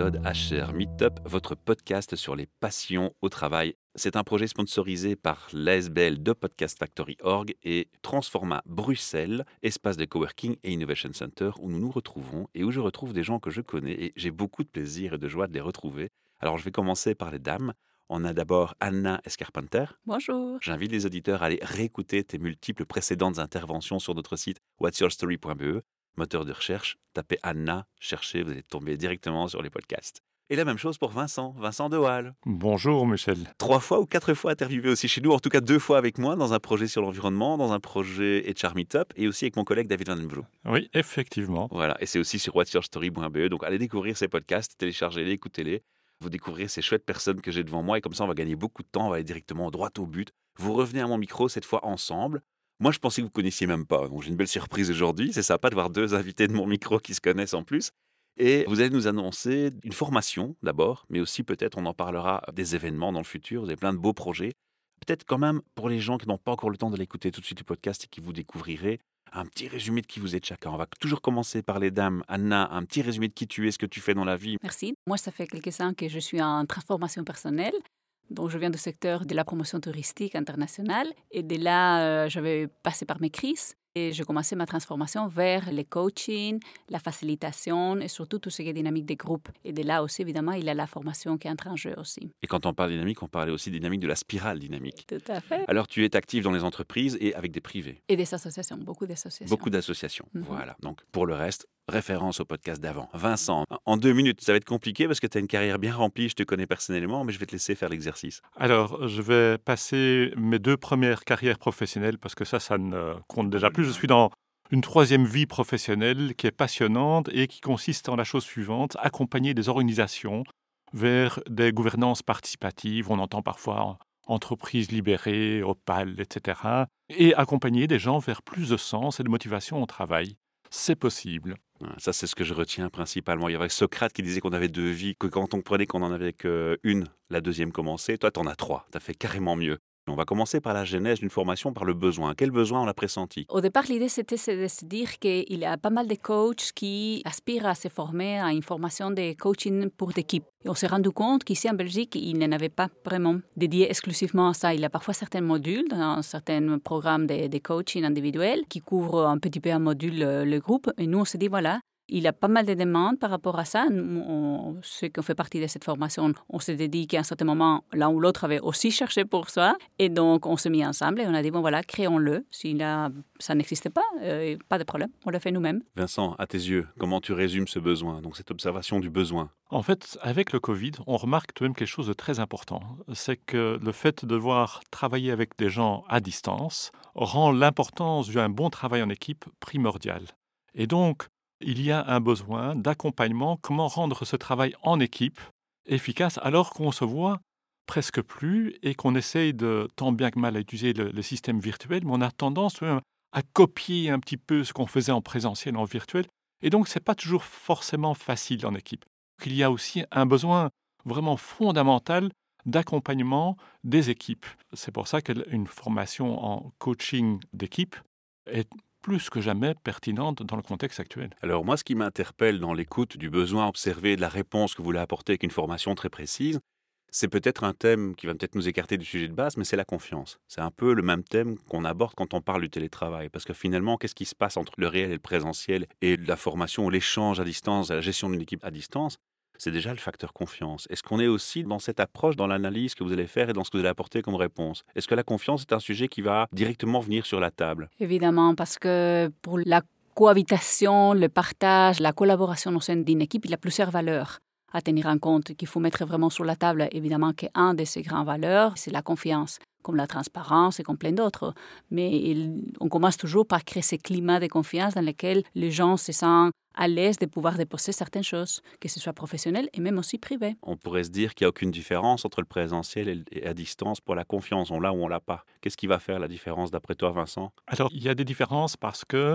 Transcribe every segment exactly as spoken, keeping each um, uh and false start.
épisode H R Meetup, votre podcast sur les passions au travail. C'est un projet sponsorisé par l'A S B L de Podcast Factory point org et Transforma Bruxelles, espace de coworking et innovation center où nous nous retrouvons et où je retrouve des gens que je connais et j'ai beaucoup de plaisir et de joie de les retrouver. Alors je vais commencer par les dames. On a d'abord Anna Escarpenter. Bonjour. J'invite les auditeurs à aller réécouter tes multiples précédentes interventions sur notre site what's your story point b e. Moteur de recherche, tapez Anna, cherchez, vous allez tomber directement sur les podcasts. Et la même chose pour Vincent, Vincent De Waal. Bonjour Michel. Trois fois ou quatre fois interviewé aussi chez nous, en tout cas deux fois avec moi, dans un projet sur l'environnement, dans un projet H R Meetup et aussi avec mon collègue David Van den Broek. Oui, effectivement. Voilà, et c'est aussi sur what's your story point b e, donc allez découvrir ces podcasts, téléchargez-les, écoutez-les. Vous découvrirez ces chouettes personnes que j'ai devant moi et comme ça on va gagner beaucoup de temps, on va aller directement droit au but. Vous revenez à mon micro cette fois ensemble. Moi, je pensais que vous ne connaissiez même pas. Donc, j'ai une belle surprise aujourd'hui. C'est sympa de voir deux invités de mon micro qui se connaissent en plus. Et vous allez nous annoncer une formation d'abord, mais aussi peut-être on en parlera des événements dans le futur. Vous avez plein de beaux projets. Peut-être quand même pour les gens qui n'ont pas encore le temps de l'écouter tout de suite du podcast et qui vous découvrirez, un petit résumé de qui vous êtes chacun. On va toujours commencer par les dames. Anna, un petit résumé de qui tu es, ce que tu fais dans la vie. Merci. Moi, ça fait quelques années que je suis en transformation personnelle. Donc, je viens du secteur de la promotion touristique internationale. Et de là, euh, j'avais passé par mes crises. Et j'ai commencé ma transformation vers le coaching, la facilitation et surtout tout ce qui est dynamique des groupes. Et de là aussi, évidemment, il y a la formation qui entre en jeu aussi. Et quand on parle dynamique, on parlait aussi dynamique de la spirale dynamique. Tout à fait. Alors, tu es active dans les entreprises et avec des privés. Et des associations, beaucoup d'associations. Beaucoup d'associations, Mm-hmm. Voilà. Donc, pour le reste, référence au podcast d'avant. Vincent, en deux minutes, ça va être compliqué parce que tu as une carrière bien remplie, je te connais personnellement, mais je vais te laisser faire l'exercice. Alors, je vais passer mes deux premières carrières professionnelles parce que ça, ça ne compte déjà plus. Je suis dans une troisième vie professionnelle qui est passionnante et qui consiste en la chose suivante, accompagner des organisations vers des gouvernances participatives. On entend parfois entreprises libérées, Opal, et cetera. Et accompagner des gens vers plus de sens et de motivation au travail. C'est possible. Ça, c'est ce que je retiens principalement. Il y avait Socrate qui disait qu'on avait deux vies, que quand on prenait qu'on en avait qu'une, la deuxième commençait. Toi, tu en as trois. Tu as fait carrément mieux. On va commencer par la genèse d'une formation, par le besoin. Quel besoin on a pressenti? Au départ, l'idée, c'était de se dire qu'il y a pas mal de coachs qui aspirent à se former à une formation de coaching pour d'équipe. Et on s'est rendu compte qu'ici, en Belgique, il n'en avait pas vraiment dédié exclusivement à ça. Il y a parfois certains modules dans certains programmes de, de coaching individuel qui couvrent un petit peu en module le groupe. Et nous, on s'est dit, voilà, il y a pas mal de demandes par rapport à ça. Nous, on, ceux qui ont fait partie de cette formation, on s'était dit qu'à un certain moment, l'un ou l'autre avait aussi cherché pour ça. Et donc, on s'est mis ensemble et on a dit, bon voilà, créons-le. Si là, ça n'existait pas, euh, pas de problème, on le fait nous-mêmes. Vincent, à tes yeux, comment tu résumes ce besoin, donc cette observation du besoin? En fait, avec le Covid, on remarque tout de même quelque chose de très important. C'est que le fait de devoir travailler avec des gens à distance rend l'importance d'un bon travail en équipe primordiale. Et donc, il y a un besoin d'accompagnement, comment rendre ce travail en équipe efficace alors qu'on se voit presque plus et qu'on essaye de, tant bien que mal, à utiliser le, le système virtuel, mais on a tendance même à copier un petit peu ce qu'on faisait en présentiel, en virtuel. Et donc, ce n'est pas toujours forcément facile en équipe. Il y a aussi un besoin vraiment fondamental d'accompagnement des équipes. C'est pour ça qu'une formation en coaching d'équipe est plus que jamais pertinente dans le contexte actuel. Alors moi, ce qui m'interpelle dans l'écoute du besoin observé, de la réponse que vous voulez apporter avec une formation très précise, c'est peut-être un thème qui va peut-être nous écarter du sujet de base, mais c'est la confiance. C'est un peu le même thème qu'on aborde quand on parle du télétravail. Parce que finalement, qu'est-ce qui se passe entre le réel et le présentiel et la formation ou l'échange à distance, la gestion d'une équipe à distance? C'est déjà le facteur confiance. Est-ce qu'on est aussi dans cette approche, dans l'analyse que vous allez faire et dans ce que vous allez apporter comme réponse? Est-ce que la confiance est un sujet qui va directement venir sur la table? Évidemment, parce que pour la cohabitation, le partage, la collaboration au sein d'une équipe, il y a plusieurs valeurs à tenir en compte, qu'il faut mettre vraiment sur la table. Évidemment qu'un de ces grandes valeurs, c'est la confiance, comme la transparence et comme plein d'autres. Mais il, on commence toujours par créer ce climat de confiance dans lequel les gens se sentent à l'aise de pouvoir déposer certaines choses, que ce soit professionnel et même aussi privé. On pourrait se dire qu'il n'y a aucune différence entre le présentiel et à distance pour la confiance. On l'a ou on l'a pas. Qu'est-ce qui va faire la différence d'après toi, Vincent? Alors, il y a des différences parce que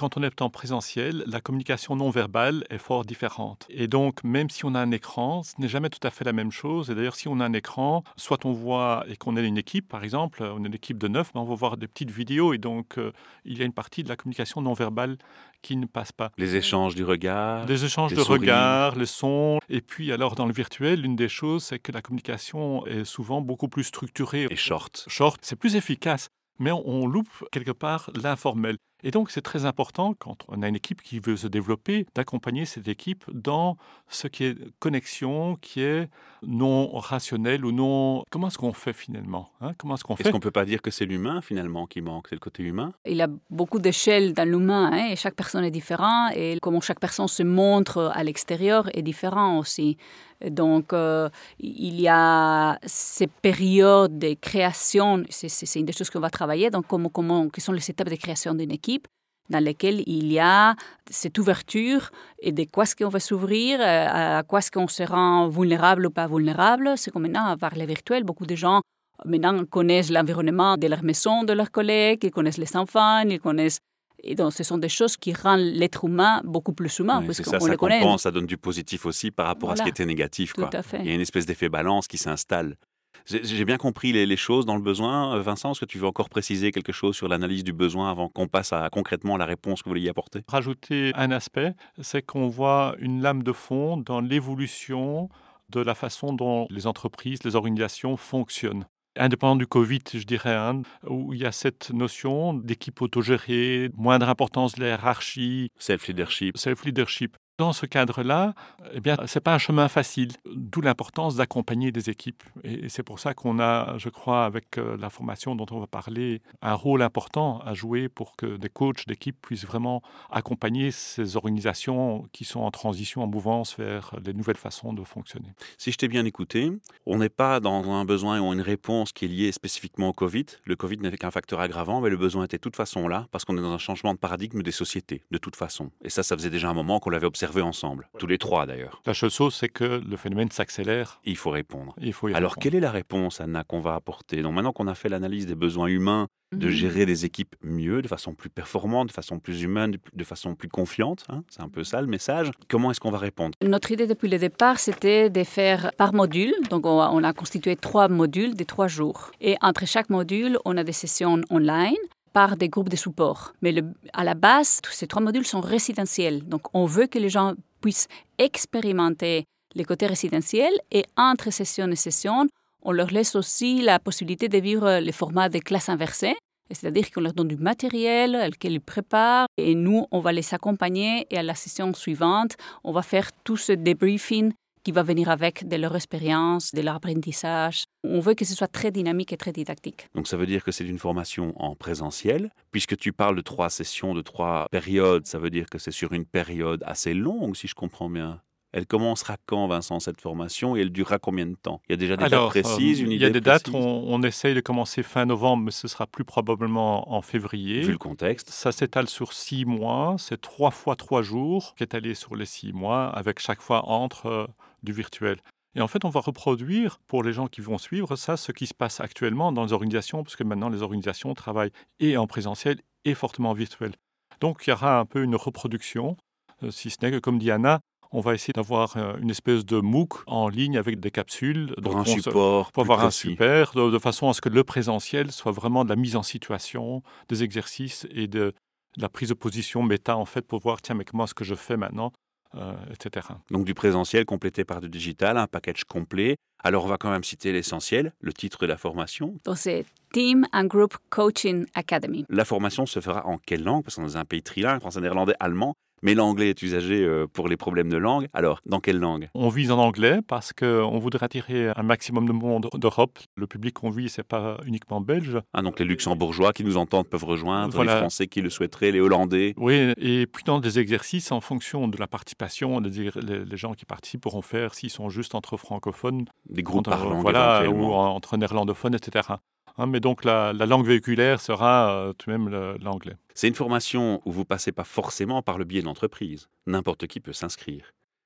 quand on est en présentiel, la communication non verbale est fort différente. Et donc, même si on a un écran, ce n'est jamais tout à fait la même chose. Et d'ailleurs, si on a un écran, soit on voit et qu'on est une équipe, par exemple, on est une équipe de neuf, mais on va voir des petites vidéos. Et donc, euh, il y a une partie de la communication non verbale qui ne passe pas. Les échanges du regard. Les échanges les de sourires. regard, les sons. Et puis, alors, dans le virtuel, l'une des choses, c'est que la communication est souvent beaucoup plus structurée. Et short. Short, c'est plus efficace. Mais on, on loupe quelque part l'informel. Et donc, c'est très important, quand on a une équipe qui veut se développer, d'accompagner cette équipe dans ce qui est connexion, qui est non rationnel ou non... Comment est-ce qu'on fait finalement, hein? Comment est-ce qu'on fait Est-ce qu'on ne peut pas dire que c'est l'humain finalement qui manque, c'est le côté humain? Il y a beaucoup d'échelles dans l'humain, hein, et chaque personne est différente, et comment chaque personne se montre à l'extérieur est différent aussi. Donc, euh, il y a ces périodes de création, c'est, c'est, c'est une des choses qu'on va travailler, donc comment, comment, quelles sont les étapes de création d'une équipe dans lesquelles il y a cette ouverture et de quoi est-ce qu'on va s'ouvrir, à quoi est-ce qu'on se rend vulnérable ou pas vulnérable. C'est comme maintenant, par le virtuel, beaucoup de gens maintenant connaissent l'environnement de leur maison, de leurs collègues, ils connaissent les enfants, ils connaissent... Et donc, ce sont des choses qui rendent l'être humain beaucoup plus humain. Oui, c'est ça, ça compense, ça donne du positif aussi par rapport voilà. à ce qui était négatif. Tout quoi. à fait. Il y a une espèce d'effet balance qui s'installe. J'ai, j'ai bien compris les, les choses dans le besoin. Vincent, est-ce que tu veux encore préciser quelque chose sur l'analyse du besoin avant qu'on passe à concrètement la réponse que vous vouliez y apporter? Rajouter un aspect, c'est qu'on voit une lame de fond dans l'évolution de la façon dont les entreprises, les organisations fonctionnent. Indépendant du Covid, je dirais, hein, où il y a cette notion d'équipe autogérée, moindre importance de la hiérarchie. Self-leadership. Self-leadership. Dans ce cadre-là, eh bien, ce n'est pas un chemin facile, d'où l'importance d'accompagner des équipes. Et c'est pour ça qu'on a, je crois, avec la formation dont on va parler, un rôle important à jouer pour que des coachs d'équipe puissent vraiment accompagner ces organisations qui sont en transition, en mouvance vers les nouvelles façons de fonctionner. Si je t'ai bien écouté, on n'est pas dans un besoin ou une réponse qui est liée spécifiquement au Covid. Le Covid n'était qu'un facteur aggravant, mais le besoin était de toute façon là, parce qu'on est dans un changement de paradigme des sociétés, de toute façon. Et ça, ça faisait déjà un moment qu'on l'avait observé ensemble, tous les trois d'ailleurs. La seule chose, c'est que le phénomène s'accélère. Il faut répondre. Il faut y Alors, répondre. quelle est la réponse, Anna, qu'on va apporter? Donc maintenant qu'on a fait l'analyse des besoins humains, de gérer des équipes mieux, de façon plus performante, de façon plus humaine, de façon plus confiante, hein, c'est un peu ça le message. Comment est-ce qu'on va répondre? Notre idée depuis le départ, c'était de faire par module. Donc on a, on a constitué trois modules de trois jours. Et entre chaque module, on a des sessions online par des groupes de support. Mais le, à la base, tous ces trois modules sont résidentiels. Donc on veut que les gens puissent expérimenter les côtés résidentiels, et entre session et session, on leur laisse aussi la possibilité de vivre le format de classe inversée, c'est-à-dire qu'on leur donne du matériel qu'ils préparent, et nous, on va les accompagner, et à la session suivante, on va faire tout ce débriefing qui va venir avec de leur expérience, de leur apprentissage. On veut que ce soit très dynamique et très didactique. Donc ça veut dire que c'est une formation en présentiel. Puisque tu parles de trois sessions, de trois périodes, ça veut dire que c'est sur une période assez longue, si je comprends bien. Elle commencera quand, Vincent, cette formation, et elle durera combien de temps? Il y a déjà des Alors, dates précises, euh, une idée Il y a des précise. dates, on, on essaye de commencer fin novembre, mais ce sera plus probablement en février. Vu le contexte. Ça s'étale sur six mois, c'est trois fois trois jours qui est étalé sur les six mois, avec chaque fois entre euh, du virtuel. Et en fait, on va reproduire, pour les gens qui vont suivre ça, ce qui se passe actuellement dans les organisations, parce que maintenant, les organisations travaillent et en présentiel et fortement en virtuel. Donc, il y aura un peu une reproduction, euh, si ce n'est que, comme dit Anna, on va essayer d'avoir une espèce de MOOC en ligne avec des capsules. Pour Donc un support se, Pour avoir précis. un super, de, de façon à ce que le présentiel soit vraiment de la mise en situation, des exercices et de, de la prise de position méta, en fait, pour voir, tiens, mais comment est-ce que je fais maintenant, euh, et cetera. Donc du présentiel complété par du digital, un package complet. Alors on va quand même citer l'essentiel, le titre de la formation. Donc c'est Team and Group Coaching Academy. La formation se fera en quelle langue? Parce qu'on est dans un pays trilingue, français, néerlandais, allemand. Mais l'anglais est usagé pour les problèmes de langue. Alors, dans quelle langue? On vise en anglais parce qu'on voudrait attirer un maximum de monde d'Europe. Le public qu'on vise, ce n'est pas uniquement belge. Ah, donc les luxembourgeois qui nous entendent peuvent rejoindre, voilà. Les Français qui le souhaiteraient, les Hollandais. Oui, et puis dans des exercices, en fonction de la participation, les, les gens qui participent pourront faire, s'ils sont juste entre francophones, des groupes entre, parlants, voilà, ou entre néerlandophones, et cetera. Hein, mais donc la, la langue véhiculaire sera euh, tout de même le, l'anglais. C'est une formation où vous ne passez pas forcément par le biais de l'entreprise. N'importe qui peut s'inscrire.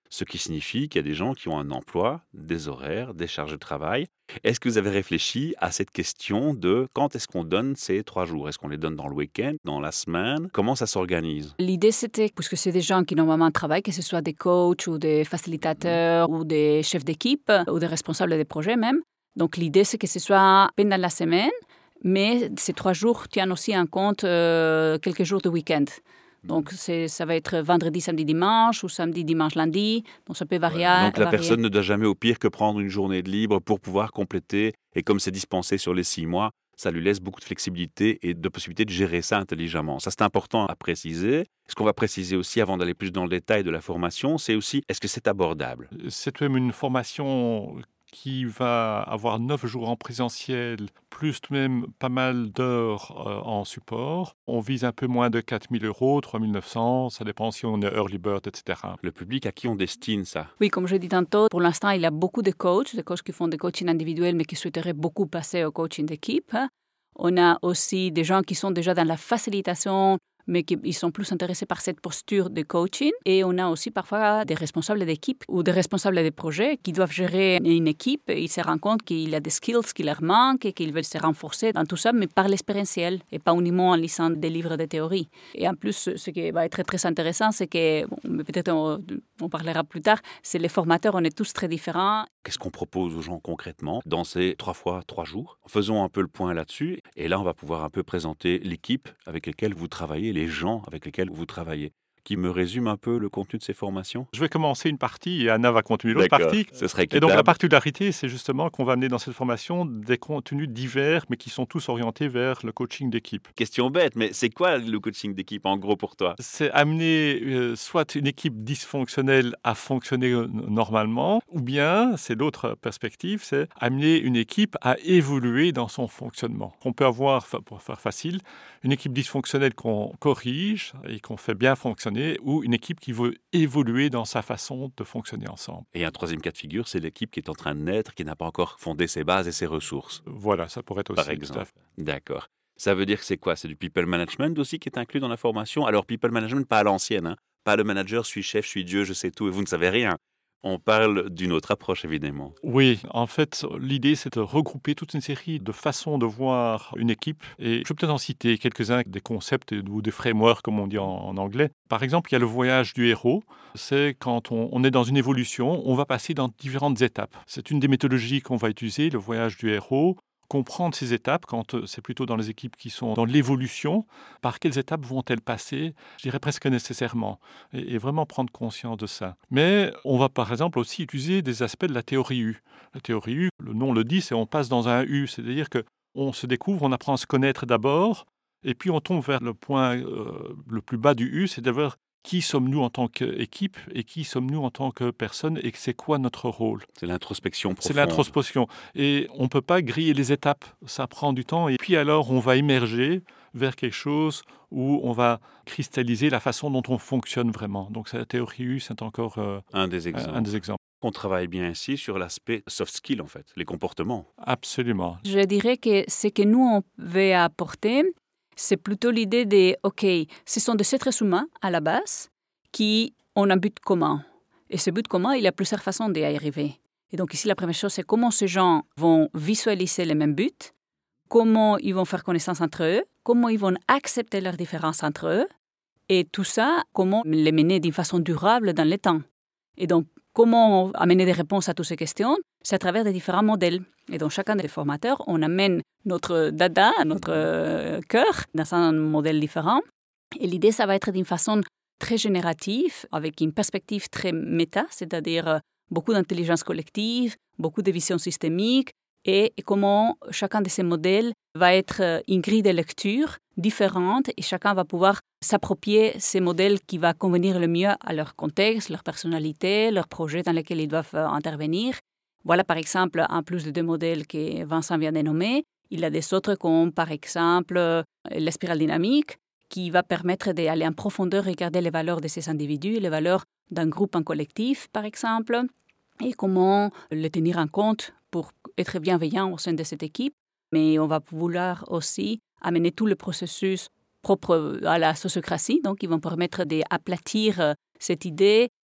ce qui signifie qu'il y a des gens qui ont un emploi, des horaires, des charges de travail. Est-ce que vous avez réfléchi à cette question de quand est-ce qu'on donne ces trois jours? Est-ce qu'on les donne dans le week-end, dans la semaine? Comment ça s'organise? L'idée, c'était, puisque c'est des gens qui normalement travaillent, que ce soit des coachs ou des facilitateurs ou des chefs d'équipe ou des responsables des projets même. Donc l'idée, c'est que ce soit pendant la semaine, mais ces trois jours tiennent aussi en compte euh, quelques jours de week-end. Donc, c'est, ça va être vendredi, samedi, dimanche ou samedi, dimanche, lundi. Donc, ça peut varier. Ouais. Donc, la varier. personne ne doit jamais au pire que prendre une journée de libre pour pouvoir compléter. Et comme c'est dispensé sur les six mois, ça lui laisse beaucoup de flexibilité et de possibilité de gérer ça intelligemment. Ça, c'est important à préciser. Ce qu'on va préciser aussi avant d'aller plus dans le détail de la formation, c'est aussi, est-ce que c'est abordable? C'est même une formation qui va avoir neuf jours en présentiel, plus tout de même pas mal d'heures euh, en support. On vise un peu moins de quatre mille euros, trois mille neuf cents, ça dépend si on est early bird, et cetera. Le public à qui on destine ça? Oui, comme je dis tantôt, pour l'instant, il y a beaucoup de coachs, des coachs qui font des coachings individuels, mais qui souhaiteraient beaucoup passer au coaching d'équipe. On a aussi des gens qui sont déjà dans la facilitation, mais qui sont plus intéressés par cette posture de coaching. Et on a aussi parfois des responsables d'équipe ou des responsables de projets qui doivent gérer une équipe. Ils se rendent compte qu'il y a des skills qui leur manquent et qu'ils veulent se renforcer dans tout ça, mais par l'expérientiel et pas uniquement en lisant des livres de théorie. Et en plus, ce qui va être très, très intéressant, c'est que, bon, peut-être on, on parlera plus tard, c'est les formateurs, on est tous très différents. Qu'est-ce qu'on propose aux gens concrètement dans ces trois fois trois jours? Faisons un peu le point là-dessus. Et là, on va pouvoir un peu présenter l'équipe avec laquelle vous travaillez, les gens avec lesquels vous travaillez. Qui me résume un peu le contenu de ces formations? Je vais commencer une partie et Anna va continuer l'autre D'accord. partie. Ce serait Et donc la particularité, c'est justement qu'on va amener dans cette formation des contenus divers, mais qui sont tous orientés vers le coaching d'équipe. Question bête, mais c'est quoi le coaching d'équipe en gros pour toi? C'est amener euh, soit une équipe dysfonctionnelle à fonctionner euh, normalement, ou bien, c'est l'autre perspective, c'est amener une équipe à évoluer dans son fonctionnement. On peut avoir, pour faire facile, une équipe dysfonctionnelle qu'on corrige et qu'on fait bien fonctionner, ou une équipe qui veut évoluer dans sa façon de fonctionner ensemble. Et un troisième cas de figure, c'est l'équipe qui est en train de naître, qui n'a pas encore fondé ses bases et ses ressources. Voilà, ça pourrait être aussi. Par exemple. D'accord. Ça veut dire que c'est quoi? C'est du people management aussi qui est inclus dans la formation? Alors, people management, pas à l'ancienne, hein. Pas le manager, je suis chef, je suis Dieu, je sais tout et vous ne savez rien. On parle d'une autre approche, évidemment. Oui, en fait, l'idée, c'est de regrouper toute une série de façons de voir une équipe. Et je vais peut-être en citer quelques-uns, des concepts ou des frameworks, comme on dit en, en anglais. Par exemple, il y a le voyage du héros. C'est quand on, on est dans une évolution, on va passer dans différentes étapes. C'est une des méthodologies qu'on va utiliser, le voyage du héros. Comprendre ces étapes, quand c'est plutôt dans les équipes qui sont dans l'évolution, par quelles étapes vont-elles passer, je dirais presque nécessairement, et, et vraiment prendre conscience de ça. Mais on va par exemple aussi utiliser des aspects de la théorie U. La théorie U, le nom le dit, c'est on passe dans un U, c'est-à-dire qu'on se découvre, on apprend à se connaître d'abord, et puis on tombe vers le point euh, le plus bas du U, c'est d'avoir qui sommes-nous en tant qu'équipe et qui sommes-nous en tant que personne et c'est quoi notre rôle. C'est l'introspection profonde. C'est l'introspection. Et on ne peut pas griller les étapes, ça prend du temps. Et puis alors, on va émerger vers quelque chose où on va cristalliser la façon dont on fonctionne vraiment. Donc la théorie U, c'est encore euh, un, des exemples. un des exemples. On travaille bien ici sur l'aspect soft skill, en fait, les comportements. Absolument. Je dirais que ce que nous, on veut apporter, c'est plutôt l'idée de, OK, ce sont des êtres humains à la base qui ont un but commun. Et ce but commun, il y a plusieurs façons d'y arriver. Et donc ici, la première chose, c'est comment ces gens vont visualiser les mêmes buts, comment ils vont faire connaissance entre eux, comment ils vont accepter leurs différences entre eux, et tout ça, comment les mener d'une façon durable dans le temps. Et donc, comment amener des réponses à toutes ces questions? C'est à travers des différents modèles. Et dans chacun des formateurs, on amène notre dada, notre euh, cœur, dans un modèle différent. Et l'idée, ça va être d'une façon très générative, avec une perspective très méta, c'est-à-dire euh, beaucoup d'intelligence collective, beaucoup de vision systémique, et comment chacun de ces modèles va être une grille de lecture différente et chacun va pouvoir s'approprier ces modèles qui vont convenir le mieux à leur contexte, leur personnalité, leur projet dans lesquels ils doivent intervenir. Voilà par exemple, en plus des deux modèles que Vincent vient de nommer, il y a des autres comme par exemple la spirale dynamique qui va permettre d'aller en profondeur regarder les valeurs de ces individus, les valeurs d'un groupe en collectif par exemple, et comment les tenir en compte pour être bienveillant au sein de cette équipe. Mais on va vouloir aussi amener tout le processus propre à la sociocratie, donc ils vont permettre d'aplatir cette idée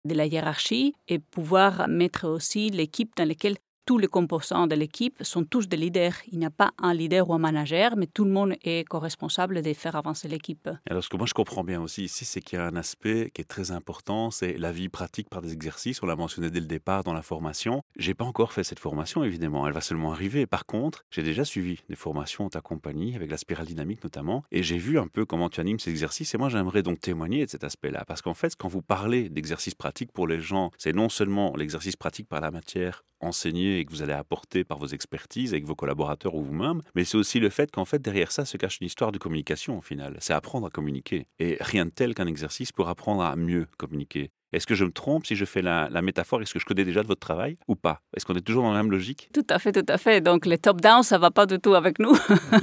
de la hiérarchie et pouvoir mettre aussi l'équipe dans laquelle tous les composants de l'équipe sont tous des leaders. Il n'y a pas un leader ou un manager, mais tout le monde est co-responsable de faire avancer l'équipe. Alors, ce que moi je comprends bien aussi ici, c'est qu'il y a un aspect qui est très important, c'est la vie pratique par des exercices. On l'a mentionné dès le départ dans la formation. J'ai pas encore fait cette formation, évidemment. Elle va seulement arriver. Par contre, j'ai déjà suivi des formations en ta compagnie, avec la spirale dynamique notamment, et j'ai vu un peu comment tu animes ces exercices. Et moi, j'aimerais donc témoigner de cet aspect-là. Parce qu'en fait, quand vous parlez d'exercices pratiques pour les gens, c'est non seulement l'exercice pratique par la matière enseignée et que vous allez apporter par vos expertises avec vos collaborateurs ou vous-même, mais c'est aussi le fait qu'en fait, derrière ça se cache une histoire de communication, au final. C'est apprendre à communiquer. Et rien de tel qu'un exercice pour apprendre à mieux communiquer. Est-ce que je me trompe si je fais la, la métaphore? Est-ce que je connais déjà de votre travail ou pas? Est-ce qu'on est toujours dans la même logique? Tout à fait, tout à fait. Donc, les top-down, ça ne va pas du tout avec nous.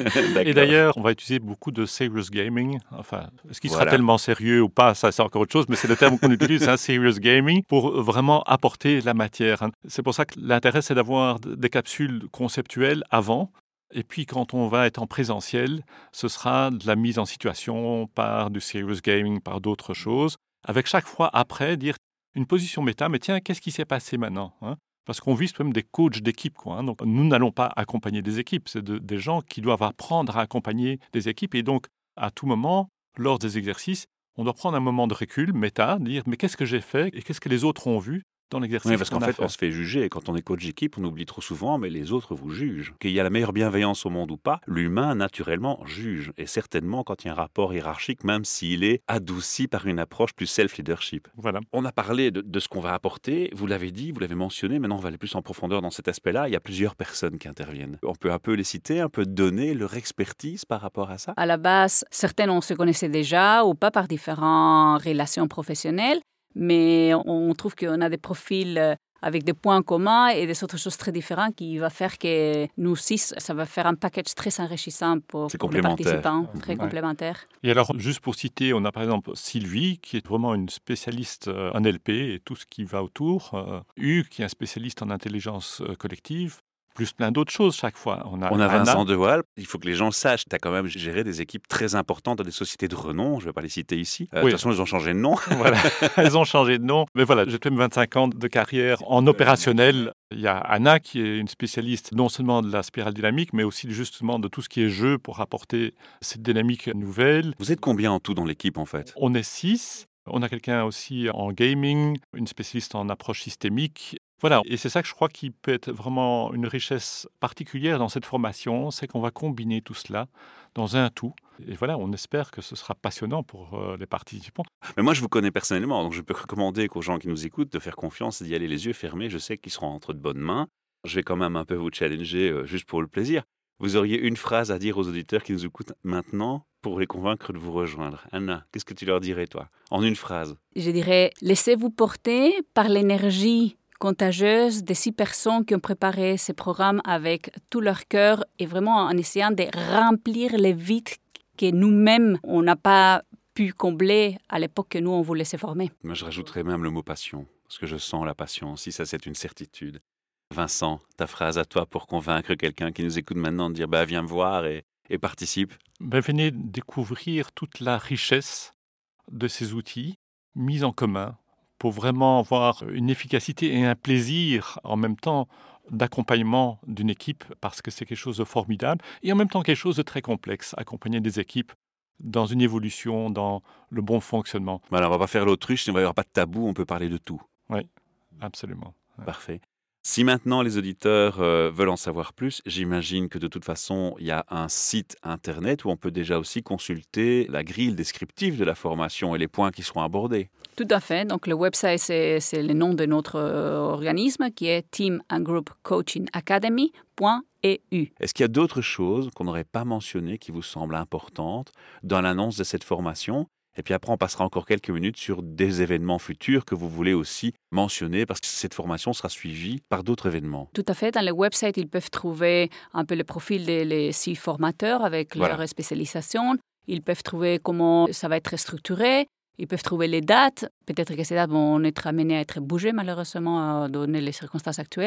Et d'ailleurs, on va utiliser beaucoup de serious gaming. Enfin, est-ce qu'il Voilà. sera tellement sérieux ou pas? Ça, c'est encore autre chose, mais c'est le terme qu'on utilise, hein, serious gaming, pour vraiment apporter la matière. Hein. C'est pour ça que l'intérêt, c'est d'avoir des capsules conceptuelles avant. Et puis, quand on va être en présentiel, ce sera de la mise en situation par du serious gaming, par d'autres choses, avec chaque fois après dire une position méta, mais tiens, qu'est-ce qui s'est passé maintenant, hein? Parce qu'on vise même des coachs d'équipe, quoi, hein. Donc, nous n'allons pas accompagner des équipes, c'est de, des gens qui doivent apprendre à accompagner des équipes. Et donc, à tout moment, lors des exercices, on doit prendre un moment de recul, méta, dire mais qu'est-ce que j'ai fait et qu'est-ce que les autres ont vu dans l'exercice. Oui, parce qu'en qu'on a fait, fait. on se fait juger. Et quand on est coach d'équipe, on oublie trop souvent, mais les autres vous jugent. Qu'il y a la meilleure bienveillance au monde ou pas, l'humain, naturellement, juge. Et certainement, quand il y a un rapport hiérarchique, même s'il est adouci par une approche plus self-leadership. Voilà. On a parlé de, de ce qu'on va apporter. Vous l'avez dit, vous l'avez mentionné. Maintenant, on va aller plus en profondeur dans cet aspect-là. Il y a plusieurs personnes qui interviennent. On peut un peu les citer, un peu donner leur expertise par rapport à ça. À la base, certaines, on se connaissait déjà ou pas par différentes relations professionnelles, mais on trouve qu'on a des profils avec des points communs et des autres choses très différentes qui va faire que nous six, ça va faire un package très enrichissant pour, pour les participants, très Ouais. complémentaire. Et alors, juste pour citer, on a par exemple Sylvie, qui est vraiment une spécialiste en L P et tout ce qui va autour. Euh, Hugues, qui est un spécialiste en intelligence collective. Plus plein d'autres choses chaque fois. On a, On a Anna. Vincent De Waal. Il faut que les gens le sachent. Tu as quand même géré des équipes très importantes dans des sociétés de renom. Je ne vais pas les citer ici. Euh, Oui. De toute façon, ils ont changé de nom. Voilà, elles ont changé de nom. Mais voilà, j'ai quand même vingt-cinq ans de carrière en opérationnel. Il y a Anna qui est une spécialiste non seulement de la spirale dynamique, mais aussi justement de tout ce qui est jeu pour apporter cette dynamique nouvelle. Vous êtes combien en tout dans l'équipe, en fait? On est six. On a quelqu'un aussi en gaming, une spécialiste en approche systémique. Voilà, et c'est ça que je crois qui peut être vraiment une richesse particulière dans cette formation, c'est qu'on va combiner tout cela dans un tout. Et voilà, on espère que ce sera passionnant pour euh, les participants. Mais moi, je vous connais personnellement, donc je peux recommander qu'aux gens qui nous écoutent de faire confiance et d'y aller les yeux fermés. Je sais qu'ils seront entre de bonnes mains. Je vais quand même un peu vous challenger euh, juste pour le plaisir. Vous auriez une phrase à dire aux auditeurs qui nous écoutent maintenant pour les convaincre de vous rejoindre. Anna, qu'est-ce que tu leur dirais, toi? En une phrase. Je dirais, laissez-vous porter par l'énergie contagieuse des six personnes qui ont préparé ces programmes avec tout leur cœur et vraiment en essayant de remplir les vides que nous-mêmes, on n'a pas pu combler à l'époque que nous, on voulait se former. Moi, je rajouterais même le mot passion, parce que je sens la passion aussi, ça c'est une certitude. Vincent, ta phrase à toi pour convaincre quelqu'un qui nous écoute maintenant de dire bah, « viens me voir et, et participe ». Ben, venez découvrir toute la richesse de ces outils mis en commun pour vraiment avoir une efficacité et un plaisir en même temps d'accompagnement d'une équipe, parce que c'est quelque chose de formidable, et en même temps quelque chose de très complexe, accompagner des équipes dans une évolution, dans le bon fonctionnement. Voilà, on ne va pas faire l'autruche, il ne va y avoir pas de tabou, on peut parler de tout. Oui, absolument. Ouais. Parfait. Si maintenant les auditeurs euh, veulent en savoir plus, j'imagine que de toute façon, il y a un site internet où on peut déjà aussi consulter la grille descriptive de la formation et les points qui seront abordés. Tout à fait. Donc, le website, c'est, c'est le nom de notre euh, organisme qui est Team and Group Coaching Academy point e u. Est-ce qu'il y a d'autres choses qu'on n'aurait pas mentionnées qui vous semblent importantes dans l'annonce de cette formation ? Et puis après, on passera encore quelques minutes sur des événements futurs que vous voulez aussi mentionner parce que cette formation sera suivie par d'autres événements. Tout à fait. Dans le website, ils peuvent trouver un peu le profil des les six formateurs avec Voilà. leur spécialisation. Ils peuvent trouver comment ça va être structuré. Ils peuvent trouver les dates. Peut-être que ces dates vont être amenées à être bougées, malheureusement, à donner les circonstances actuelles.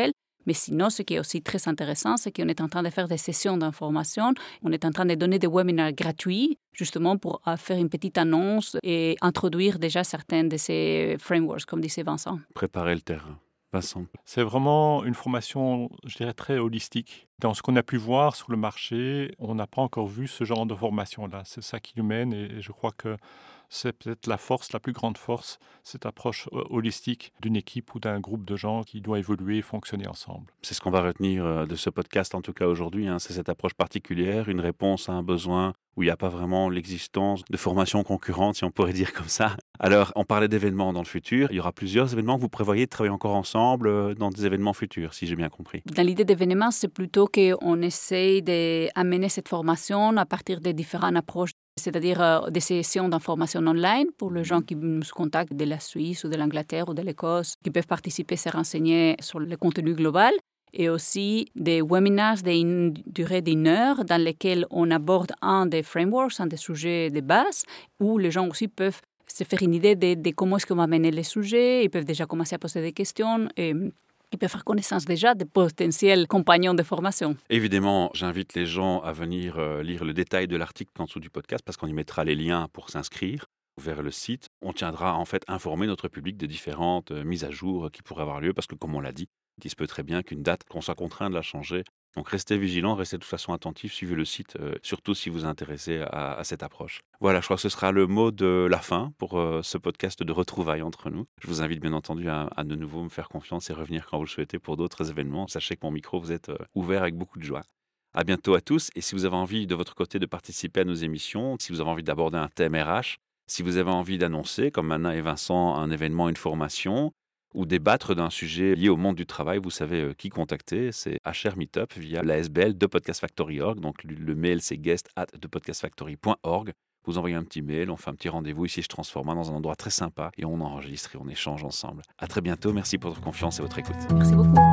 Mais sinon, ce qui est aussi très intéressant, c'est qu'on est en train de faire des sessions d'information. On est en train de donner des webinaires gratuits, justement pour faire une petite annonce et introduire déjà certains de ces frameworks, comme disait Vincent. Préparer le terrain. Vincent. C'est vraiment une formation, je dirais, très holistique. Dans ce qu'on a pu voir sur le marché, on n'a pas encore vu ce genre de formation-là. C'est ça qui nous mène et je crois que c'est peut-être la force, la plus grande force, cette approche holistique d'une équipe ou d'un groupe de gens qui doit évoluer et fonctionner ensemble. C'est ce qu'on va retenir de ce podcast, en tout cas aujourd'hui. Hein. C'est cette approche particulière, une réponse à un besoin où il n'y a pas vraiment l'existence de formations concurrentes, si on pourrait dire comme ça. Alors, on parlait d'événements dans le futur. Il y aura plusieurs événements que vous prévoyez de travailler encore ensemble dans des événements futurs, si j'ai bien compris. Dans l'idée d'événements, c'est plutôt qu'on essaye d'amener cette formation à partir des différentes approches, c'est-à-dire euh, des sessions d'information online pour les gens qui nous contactent de la Suisse ou de l'Angleterre ou de l'Écosse, qui peuvent participer, se renseigner sur le contenu global. Et aussi des webinaires d'une durée d'une heure dans lesquels on aborde un des frameworks, un des sujets de base, où les gens aussi peuvent se faire une idée de, de comment est-ce qu'on va mener les sujets, ils peuvent déjà commencer à poser des questions et ils peuvent faire connaissance déjà des potentiels compagnons de formation. Évidemment, j'invite les gens à venir euh, lire le détail de l'article en dessous du podcast parce qu'on y mettra les liens pour s'inscrire vers le site. On tiendra en fait informer notre public des différentes euh, mises à jour qui pourraient avoir lieu parce que, comme on l'a dit, il se peut très bien qu'une date, qu'on soit contraint de la changer. Donc restez vigilants, restez de toute façon attentifs, suivez le site, euh, surtout si vous vous intéressez à, à cette approche. Voilà, je crois que ce sera le mot de la fin pour euh, ce podcast de retrouvailles entre nous. Je vous invite bien entendu à, à de nouveau me faire confiance et revenir quand vous le souhaitez pour d'autres événements. Sachez que mon micro, vous êtes euh, ouvert avec beaucoup de joie. À bientôt à tous, et si vous avez envie de votre côté de participer à nos émissions, si vous avez envie d'aborder un thème R H, si vous avez envie d'annoncer, comme Anna et Vincent, un événement, une formation, ou débattre d'un sujet lié au monde du travail, vous savez qui contacter, c'est H R Meetup via la S B L de podcast factory point org. Donc le mail c'est guest at the podcast factory point org. Vous envoyez un petit mail, on fait un petit rendez-vous ici, je transforme dans un endroit très sympa et on enregistre et on échange ensemble. À très bientôt, merci pour votre confiance et votre écoute. Merci beaucoup.